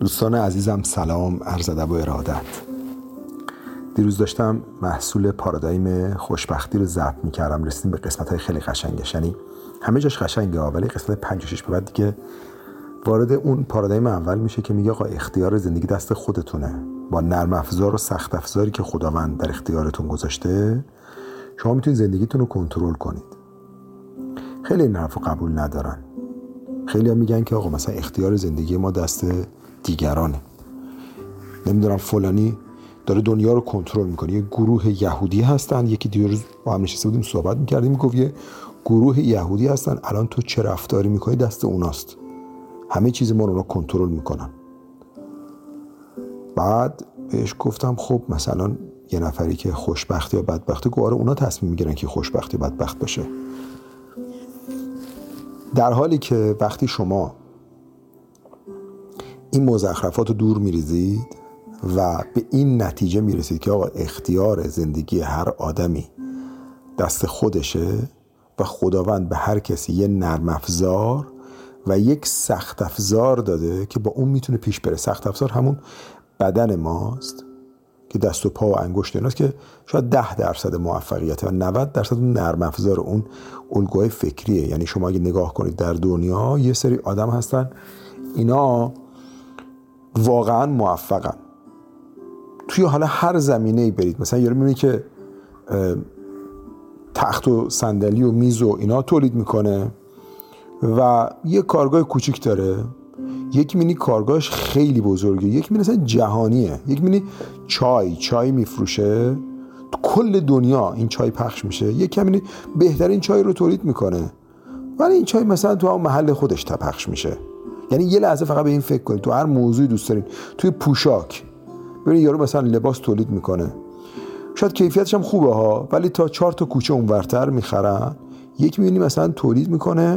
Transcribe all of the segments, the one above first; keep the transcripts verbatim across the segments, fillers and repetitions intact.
دوستان عزیزم سلام، عرض ادب و ارادت. دیروز داشتم محصول پارادایم خوشبختی رو ضبط می‌کردم، رسیدیم به قسمت‌های خیلی قشنگش، یعنی همه جاش قشنگه ولی قسمت پنج و شش به بعد دیگه وارد اون پارادایم اول میشه که میگه آقا اختیار زندگی دست خودتونه، با نرم افزار و سخت افزاری که خداوند در اختیارتون گذاشته شما میتونید زندگیتون رو کنترل کنید. خیلی این حرفو قبول ندارن. خیلی هم میگن که آقا مثلا اختیار زندگی ما دست دیگرانه، نمیدونم فلانی داره دنیا رو کنترل میکنه. یه گروه یهودی هستن، یکی دیروز با هم نشسته بودیم صحبت میکردیم، میگفت یه گروه یهودی هستن، الان تو چه رفتاری میکنی دست اوناست، همه چیز ما رو کنترل میکنن. بعد بهش گفتم خب مثلا یه نفری که خوشبختی یا بدبختی گواره اونا تصمیم میگیرن که خوشبختی یا بدبخت باشه، در حالی که وقتی شما این مزخرفات رو دور میریزید و به این نتیجه میرسید که آقا اختیار زندگی هر آدمی دست خودشه و خداوند به هر کسی یه نرم افزار و یک سخت افزار داده که با اون میتونه پیش بره. سخت افزار همون بدن ماست که دست و پا و انگشت ایناست که شاید ده درصد موفقیت و نود درصد اون نرم افزار، اون الگوهای فکریه. یعنی شما اگه نگاه کنید در دنیا یه سری آدم هستن اینا واقعا موفقن توی حالا هر زمینه‌ای برید. مثلا یارو میبینی که تخت و صندلی و میز و اینا تولید میکنه و یه کارگاه کوچیک داره، یک مینی کارگاهش خیلی بزرگه، یک مینی مثلا جهانیه، یک مینی چای چای میفروشه تو کل دنیا، این چای پخش میشه، یک کمی بهترین چای رو تولید میکنه ولی این چای مثلا تو هم محل خودش پخش میشه. یعنی یه لحظه فقط به این فکر کنید، تو هر موضوعی دوست دارین، توی پوشاک ببین یارو مثلا لباس تولید میکنه، شاید کیفیتش هم خوبه ها ولی تا چهار تا کوچه اونورتر میخرن، یک میبینی مثلا تولید میکنه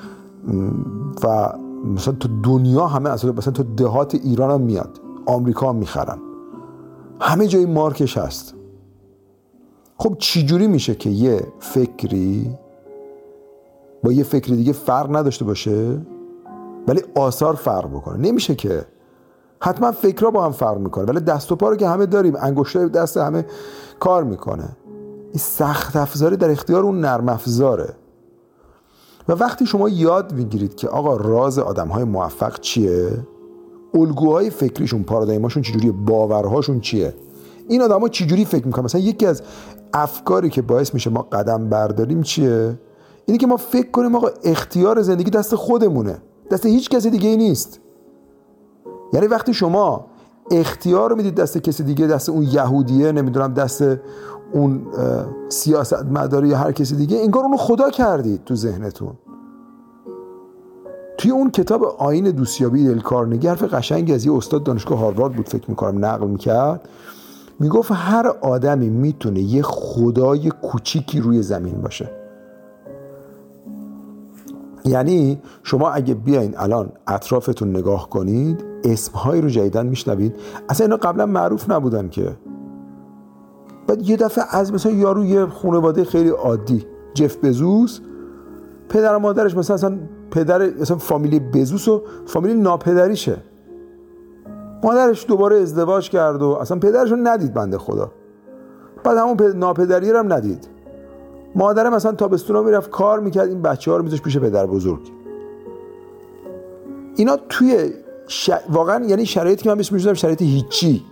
و مثلا تو دنیا همه، اصلا مثلا تو دهات ایران هم میاد، آمریکا هم میخرن، همه جای مارکش هست. خب چی جوری میشه که یه فکری با یه فکری دیگه فرق نداشته باشه ولی آثار فرق بکنه؟ نمیشه که. حتما فکرها با هم فرق میکنه ولی دست و پا رو که همه داریم، انگشتای دست همه کار میکنه. این سخت افزاری در اختیار اون نرم افزاره. و وقتی شما یاد میگیرید که آقا راز آدم‌های موفق چیه، الگوهای فکریشون، پارادایماشون چجوریه، باورهاشون چیه، این آدم‌ها چجوری فکر میکنن. مثلا یکی از افکاری که باعث میشه ما قدم برداریم چیه؟ اینی که ما فکر کنیم آقا اختیار زندگی دست خودمونه، دست هیچ کسی دیگه ای نیست. یعنی وقتی شما اختیار رو میدید دست کسی دیگه، دست اون یهودیه، نمیدونم دست اون سیاست مداری یا هر کسی دیگه، انگار اونو خدا کردید تو ذهنتون. توی اون کتاب آیین دوستیابی دل کارنگی حرف قشنگی از یه استاد دانشگاه هاروارد بود فکر میکنم نقل میکرد، میگفت هر آدمی میتونه یه خدای کوچیکی روی زمین باشه. یعنی شما اگه بیاین الان اطرافتون نگاه کنید، اسمهایی رو جدیدن میشنوید اصلا اینا قبلا معروف نبودن که. بعد یه دفعه از مثلا یارو یه خانواده خیلی عادی، جف بزوس، پدر و مادرش مثلا اصلا پدر مثلا فامیلی بزوس و فامیلی ناپدریشه، مادرش دوباره ازدواج کرد و اصلا پدرشو ندید بنده خدا، بعد همون ناپدری رو هم ندید. مادر مثلا تابستونا میرفت کار میکرد، این بچه ها رو میذاشت پیش پدر بزرگ. اینا توی ش... واقعا یعنی شرایطی که من بهش می‌ذارم شرایط هیچی.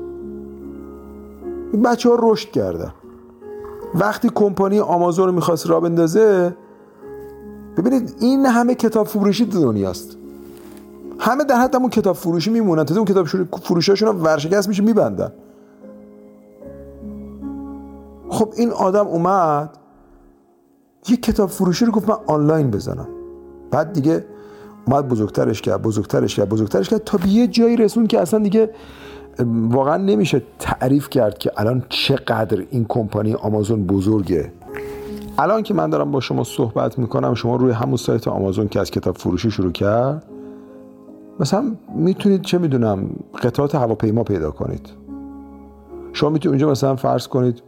این بچه ها رشد کردن. وقتی کمپانی آمازون رو میخواست راه بندازه، ببینید این همه کتاب فروشی تو دنیاست، همه در حد همون کتاب فروشی میمونن، تا اون کتاب فروشیاشون رو ورشکست میشه میبندن. خب این آدم اومد یک کتاب فروشی رو گفت من آنلاین بزنم، بعد دیگه اومد بزرگترش کرد بزرگترش کرد بزرگترش کرد تا به یه جایی رسون که اصلا دیگه واقعا نمیشه تعریف کرد که الان چقدر این کمپانی آمازون بزرگه. الان که من دارم با شما صحبت میکنم، شما روی همون سایت آمازون که از کتاب فروشی شروع کرد، مثلا میتونید چه میدونم قطعات هواپیما پیدا کنید، شما میتونید اونجا مثلا فرض کنید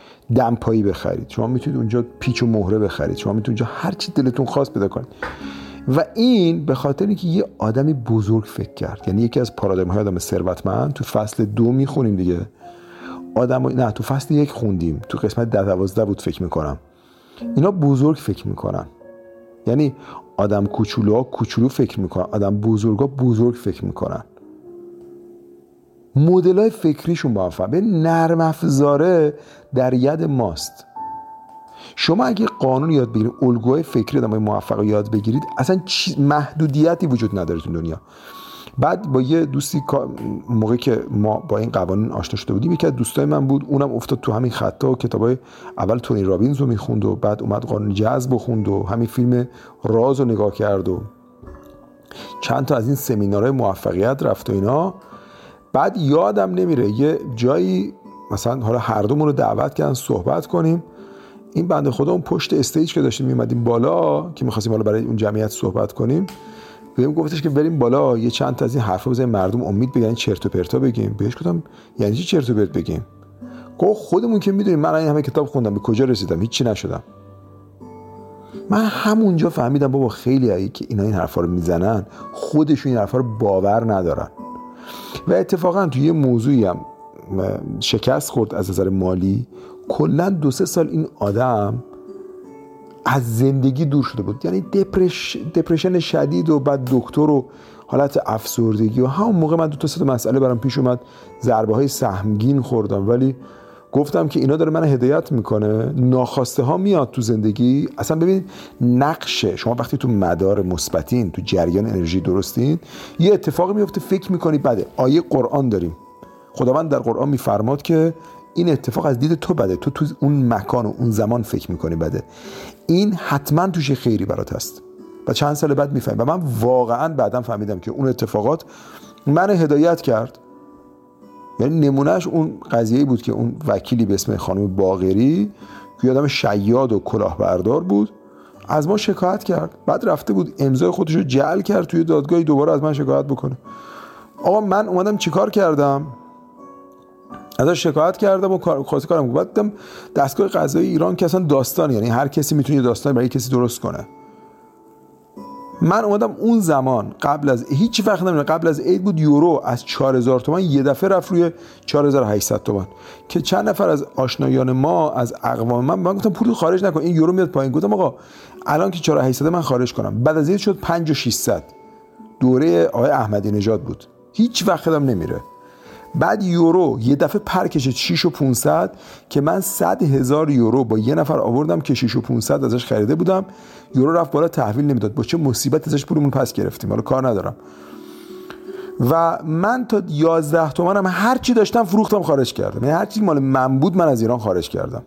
دمپایی بخرید، شما میتونید اونجا پیچ و مهره بخرید، شما میتونید اونجا هر چی دلتون خواست پیدا کنید. و این به خاطر اینکه یه آدمی بزرگ فکر کرد. یعنی یکی از پارادایم های آدم ثروتمند، تو فصل دو میخونیم دیگه، آدم نه تو فصل یک خوندیم، تو قسمت ده دوازده بود فکر میکنم، اینا بزرگ فکر میکنن. یعنی آدم کوچولوها کوچولو فکر میکنن، آدم بزرگا بزرگ فکر میکنن. مدل‌های فکریشون با هم فرق. به نرم افزاره در ید ماست. شما اگه قانون یاد بگیرید، الگوهای فکری آدمای موفق یاد بگیرید، اصلا محدودیتی وجود نداره تو دنیا. بعد با یه دوستی موقعی که ما با این قوانین آشنا شده بودیم، یکی از دوستای من بود، اونم افتاد تو همین خطا و کتابای اول تونی رابینز رو میخوند و بعد اومد قانون جذب خوند و همین فیلم راز رو نگاه کرد و چند تا از این سمینارهای موفقیت رفت و اینا. بعد یادم نمیره یه جایی مثلا حالا هر دومون رو دعوت کردن صحبت کنیم. این بنده خدا اون پشت استیج که داشتیم میومدیم بالا که می‌خواستیم حالا برای اون جمعیت صحبت کنیم، بهم گفتش که بریم بالا یه چند تا از این حرفا بزنیم مردم امید بگن، چرت و پرتا بگیم. بهش گفتم یعنی چی چرت و پرت بگیم؟ گفت خودمون که میدونیم من این همه کتاب خوندم به کجا رسیدم، هیچ چی نشدم. من همونجا فهمیدم بابا خیلی هایی که اینا این حرفا رو میزنن خودشون این حرفا رو باور ندارن. و اتفاقا توی یه موضوعی هم شکست خورد از نظر مالی. کلا دو سه سال این آدم از زندگی دور شده بود، یعنی دپرش دپرشن شدید و بعد دکتر و حالت افسردگی و همون موقع من دو تا سه تا مسئله برام پیش اومد، ضربه های سهمگین خوردم. ولی گفتم که اینا داره من هدایت میکنه، ناخواسته ها میاد تو زندگی. اصلا ببینید نقشه شما وقتی تو مدار مثبتین، تو جریان انرژی درستین، یه اتفاقی میفته فکر میکنی بده. آیه قرآن داریم، خداوند در قرآن میفرماد که این اتفاق از دید تو بده، تو تو اون مکان و اون زمان فکر میکنی بده، این حتما توش خیری برات هست. و چند سال بعد میفهمم. و من واقعا بعدم فهمیدم که اون اتفاقات من هدایت کرد. یعنی نمونهش اون قضیه‌ای بود که اون وکیلی به اسم خانم باقری که آدم شیاد و کلاهبردار بود از ما شکایت کرد. بعد رفته بود امضای خودش رو جعل کرد توی دادگاهی دوباره از من شکایت بکنه. آقا من اومدم چیکار کردم؟ ازش شکایت کردم و خاصی کارم. بعد دیدم دستگاه قضایی ایران که اصلا داستان، یعنی هر کسی میتونه داستان برای کسی درست کنه. من اومدم اون زمان قبل از هیچ وقت نمیدونم قبل از عید بود، یورو از چهار هزار تومان یه دفعه رفت روی چهار هزار و هشتصد تومان که چند نفر از آشنایان ما از اقوام من من گفتم پول خارج نکن این یورو میاد پایین. گفتم آقا الان که چهار هزار و هشتصد من خارج کنم. بعد از عید شد پنج هزار و ششصد. دوره آقای احمدی نژاد بود، هیچ وقت هم نمیره. بعد یورو یه دفعه پر کشید شش و پانصد که من صد هزار یورو با یه نفر آوردم که شش و پانصد ازش خریده بودم. یورو رفت بالا، تحویل نمیداد. با چه مصیبت ازش پولمون پس گرفتیم، حالا کار ندارم. و من تا یازده تومنم هر چی داشتم فروختم خارج کردم. یعنی هر چی مال من بود من از ایران خارج کردم.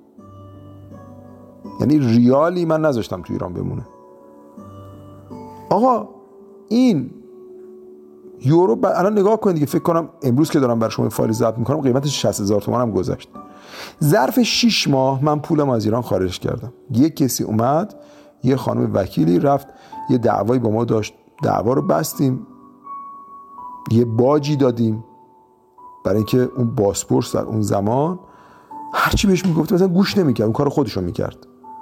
یعنی ریالی من نذاشتم تو ایران بمونه. آقا این یورو ب... الان نگاه کنید دیگه، فکر کنم امروز که دارم برای شما فایل ضبط میکنم قیمتش شصت هزار تومان هم گذشت. ظرف شش ماه من پولم از ایران خارج کردم. یک کسی اومد، یه خانم وکیلی رفت یه دعوایی با ما داشت، دعوا رو بستیم، یه باجی دادیم برای اینکه اون پاسپورت در اون زمان هرچی بهش میگفت مثلا گوش نمیکرد، اون کار خودشو میکرد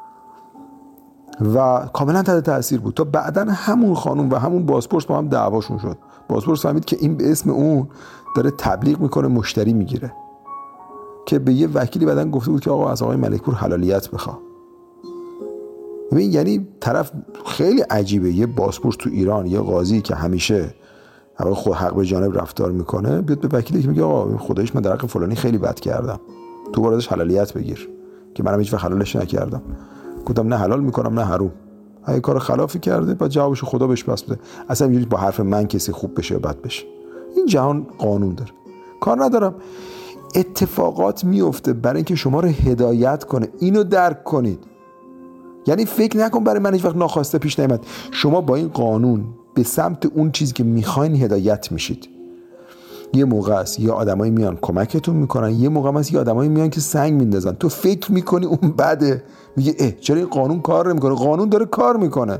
و کاملا تحت تاثیر بود. تا بعدن همون خانم و همون پاسپورت با هم دعواشون شد. پاسپورت فهمید که این به اسم اون داره تبلیغ میکنه، مشتری میگیره، که به یه وکیلی بعدن گفته بود که آقا از آقای ملکپور حلالیت بخوا. ببین یعنی طرف خیلی عجیبه، یه پاسپورت تو ایران، یه قاضی که همیشه خود حق به جانب رفتار میکنه بیاد به وکیلی که میگه آقا خدایش من در حق فلانی خیلی بد کردم، تو برو ازش حلالیت بگیر، که منم هیچ وقت حلالش نکردم. گفتم نه حلال میکنم نه حروم. اگه کار خلافی کرده بعد جوابشو خدا بهش پس بده. اصلا اینجوری با حرف من کسی خوب بشه یا بد بشه. این جهان قانون داره، کار ندارم. اتفاقات میفته برای اینکه شما رو هدایت کنه. اینو درک کنید. یعنی فکر نکن برای من هیچ وقت ناخواسته پیش نیامد. شما با این قانون به سمت اون چیزی که میخواین هدایت میشید. یه موقع است یه آدمایی میان کمکتون میکنن، یه موقع است یه آدمایی میان که سنگ میندازن. تو فکر میکنی اون بده، میگه اه چرا این قانون کار نمیکنه؟ قانون داره کار میکنه.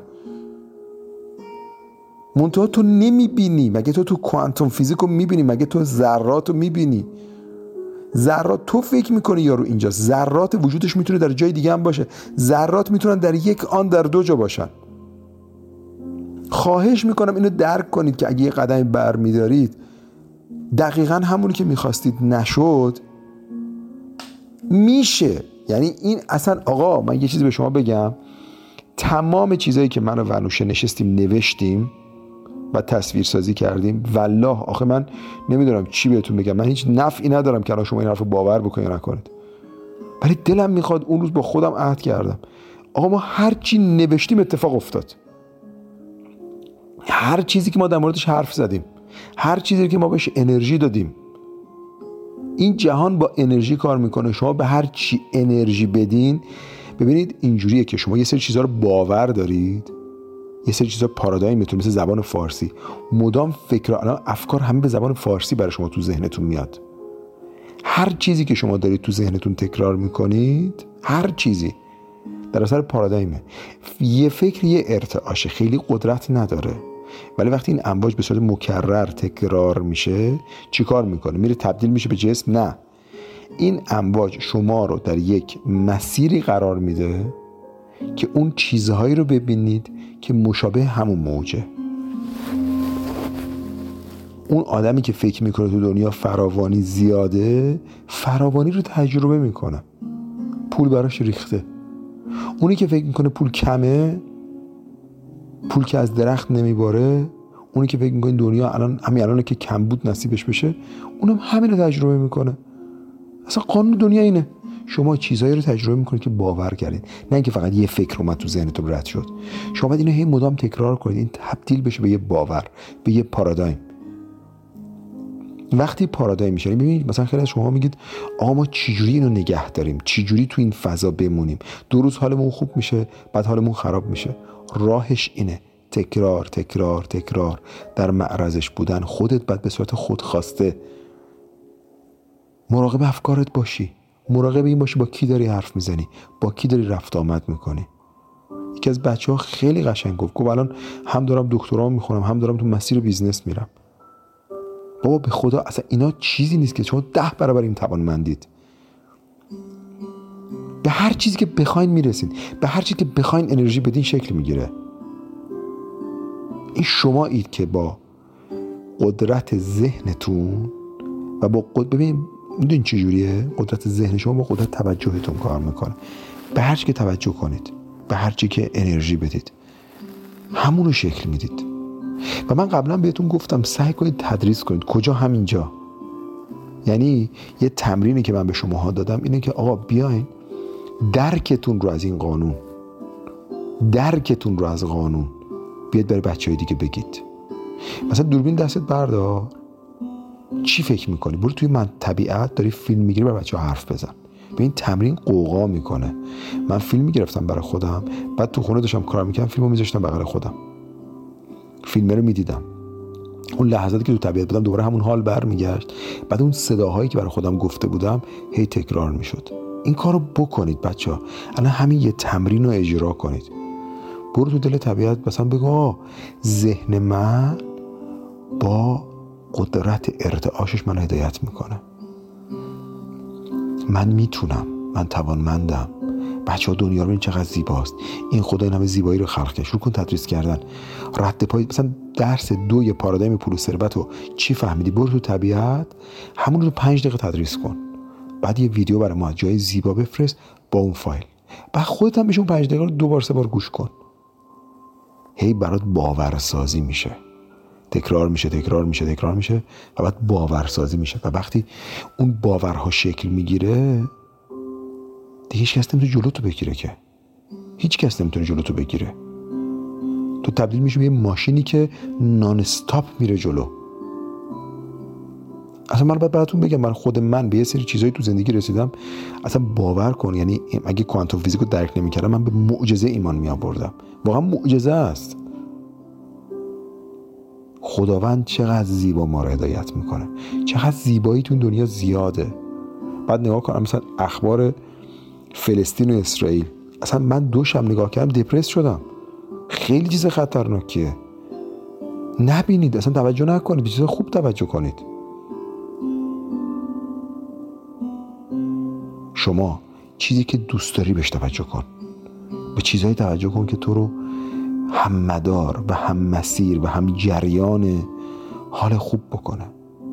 منتها تو نمیبینی. مگه تو تو کوانتوم فیزیکو میبینی؟ مگه تو ذراتو میبینی؟ ذرات تو فکر میکنی یارو اینجاست، ذرات وجودش میتونه در جای دیگه هم باشه. ذرات میتونن در یک آن در دو جا باشن. خواهش میکنم اینو درک کنید که اگه یه قدمی بر میدارید دقیقا همونی که میخواستید نشد، میشه. یعنی این اصلا آقا من یه چیزی به شما بگم، تمام چیزایی که من و ونوشه نشستیم نوشتیم و تصویر سازی کردیم، والله آخه من نمیدونم چی بهتون بگم، من هیچ نفعی ندارم که الان شما این حرف رو باور بکنید یا نکنید، ولی دلم میخواد. اون روز با خودم عهد کردم آقا ما هر چی نوشتیم اتفاق افتاد. هر چیزی که ما در موردش حرف زدیم، هر چیزی که ما بهش انرژی دادیم، این جهان با انرژی کار میکنه. شما به هر چی انرژی بدین، ببینید اینجوریه که شما یه سری چیزها رو باور دارید، یه سری چیزا پارادایمتون مثل زبان فارسی، مدام فکر الان افکار همه به زبان فارسی برای شما تو ذهنتون میاد. هر چیزی که شما دارید تو ذهنتون تکرار میکنید، هر چیزی در اثر پارادایمه. یه فکر یه ارتعاش خیلی قدرت نداره، ولی وقتی این امواج به صورت مکرر تکرار میشه چیکار میکنه؟ میره تبدیل میشه به جسم؟ نه، این امواج شما رو در یک مسیری قرار میده که اون چیزهایی رو ببینید که مشابه همون موجه. اون آدمی که فکر میکنه تو دنیا فراوانی زیاده، فراوانی رو تجربه میکنه، پول براش ریخته. اونی که فکر میکنه پول کمه، پول که از درخت نمیباره، اونی که فکر میکنه دنیا الان همین الان که کم بود نصیبش بشه، اونم همین رو تجربه میکنه. اصلا قانون دنیا اینه، شما چیزایی رو تجربه میکنید که باور کردید، نه اینکه فقط یه فکر اومد تو ذهنتون رد شد. شما باید اینو هی مدام تکرار کنید، این تبدیل بشه به یه باور، به یه پارادایم. وقتی پارادایم میشه، ببینید مثلا خیلی از شما میگید آقا ما چجوری اینو نگه داریم، چجوری تو این فضا بمونیم، دو روز حالمون خوب میشه بعد حالمون خراب میشه. راهش اینه، تکرار تکرار تکرار، در معرضش بودن. خودت باید به صورت خودخواسته مراقب افکارت باشی، مراقب این باشی با کی داری حرف میزنی، با کی داری رفت آمد میکنی. یکی از بچه ها خیلی قشنگ گفت گفت الان هم دارم دکترا میخونم هم دارم تو مسیر بیزنس میرم. بابا به خدا اصلا اینا چیزی نیست که شما ده برابر این توانمندید. به هر چیزی که بخواین میرسین، به هر چیزی که بخواین انرژی بدین شکل میگیره. این شما اید که با قدرت ذهنتون و با قدرت، ببین میدونین چه جوریه؟ قدرت ذهن شما با قدرت توجهتون کار میکنه. به هر چی که توجه کنید، به هر چی که انرژی بدید، همون رو شکل میدید. و من قبلا بهتون گفتم سعی کنید تدریس کنید. کجا؟ همینجا. یعنی یه تمرینی که من به شماها دادم اینه که آقا بیاین درکتون رو از این قانون، درکتون رو از قانون بیاد برای بچهای دیگه بگید. مثلا دوربین دستت بردار، چی فکر میکنی؟ برو توی من طبیعت داری فیلم میگیری برای بچه‌ها حرف بزن. به این تمرین قوقا میکنه. من فیلم میگرفتم برای خودم، بعد تو خونه داشتم کار میکردم، فیلمو میذاشتم بغل خودم، فیلم رو میدیدم. اون لحظاتی که تو طبیعت بودم دوباره همون حال برمیگشت. بعد اون صداهایی که برای خودم گفته بودم هی تکرار میشد. این کارو بکنید بچه‌ها. الان همین یه تمرین رو اجرا کنید. برو تو دل طبیعت مثلا بگو ذهن من با قدرت ارتعاشش من هدایت میکنه، من میتونم، من توانمندم. بچه ها دنیا رو ببین چقدر زیباست، این خدا این همه زیبایی رو خلق کرد. شروع کن تدریس کردن. رد پای مثلا درس دوی پارادایم پول و ثروت رو چی فهمیدی؟ برو تو طبیعت همون رو پنج دقیقه تدریس کن. بعد یه ویدیو برای ما جای زیبا بفرست با اون فایل. بعد خودت هم بهشون پنج دقیقه رو دو بار سه بار گوش کن. هی برات باورسازی میشه، تکرار میشه تکرار میشه تکرار میشه و بعد باورسازی میشه. و وقتی اون باورها شکل میگیره دیگه هیچ کس نمیتونه جلوتو بگیره، که هیچ کس نمیتونه جلوتو بگیره. تو تبدیل میشی به یه ماشینی که نان استاپ میره جلو. اصلا من باید براتون بگم، من خود من به یه سری چیزایی تو زندگی رسیدم اصلا باور کن، یعنی اگه کوانتوم فیزیک رو درک نمیکردم من به معجزه ایمان میآوردم. واقعا معجزه است. خداوند چقدر زیبا ما رو هدایت میکنه، چقدر زیبایی تو دنیا زیاده. بعد نگاه کنم مثلا اخبار فلسطین و اسرائیل، اصلا من دو شب نگاه کردم دپرس شدم. خیلی چیز خطرناکیه. نبینید، اصلا توجه نکنید، به چیز خوب توجه کنید. شما چیزی که دوست داری بهش توجه کن، به چیزایی توجه کن که تو رو هم مدار و هم مسیر و هم جریان حال خوب بکنه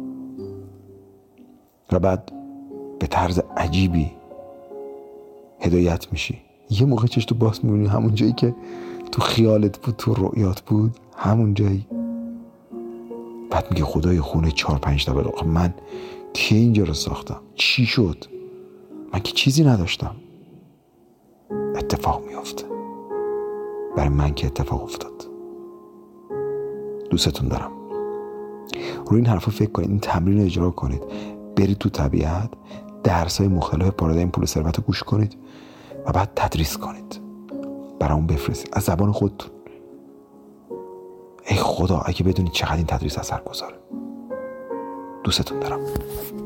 و بعد به طرز عجیبی هدایت میشی. یه موقع چش تو باز میبینی همون جایی که تو خیالت بود، تو رؤیات بود، همون جایی. بعد میگه خدای خونه چهار پنج تا بلوخ، من کی اینجا رو ساختم؟ چی شد؟ من که چیزی نداشتم. اتفاق میافته. برای من که اتفاق افتاد. دوستتون دارم. روی این حرفا فکر کنید، این تمرین رو اجرا کنید، برید تو طبیعت، درس‌های مختلف پارادایم پول و ثروت رو گوش کنید و بعد تدریس کنید، برامون بفرستید از زبان خودتون. ای خدا اگه بدونید چقدر این تدریس اثر گذاره. دوستتون دارم.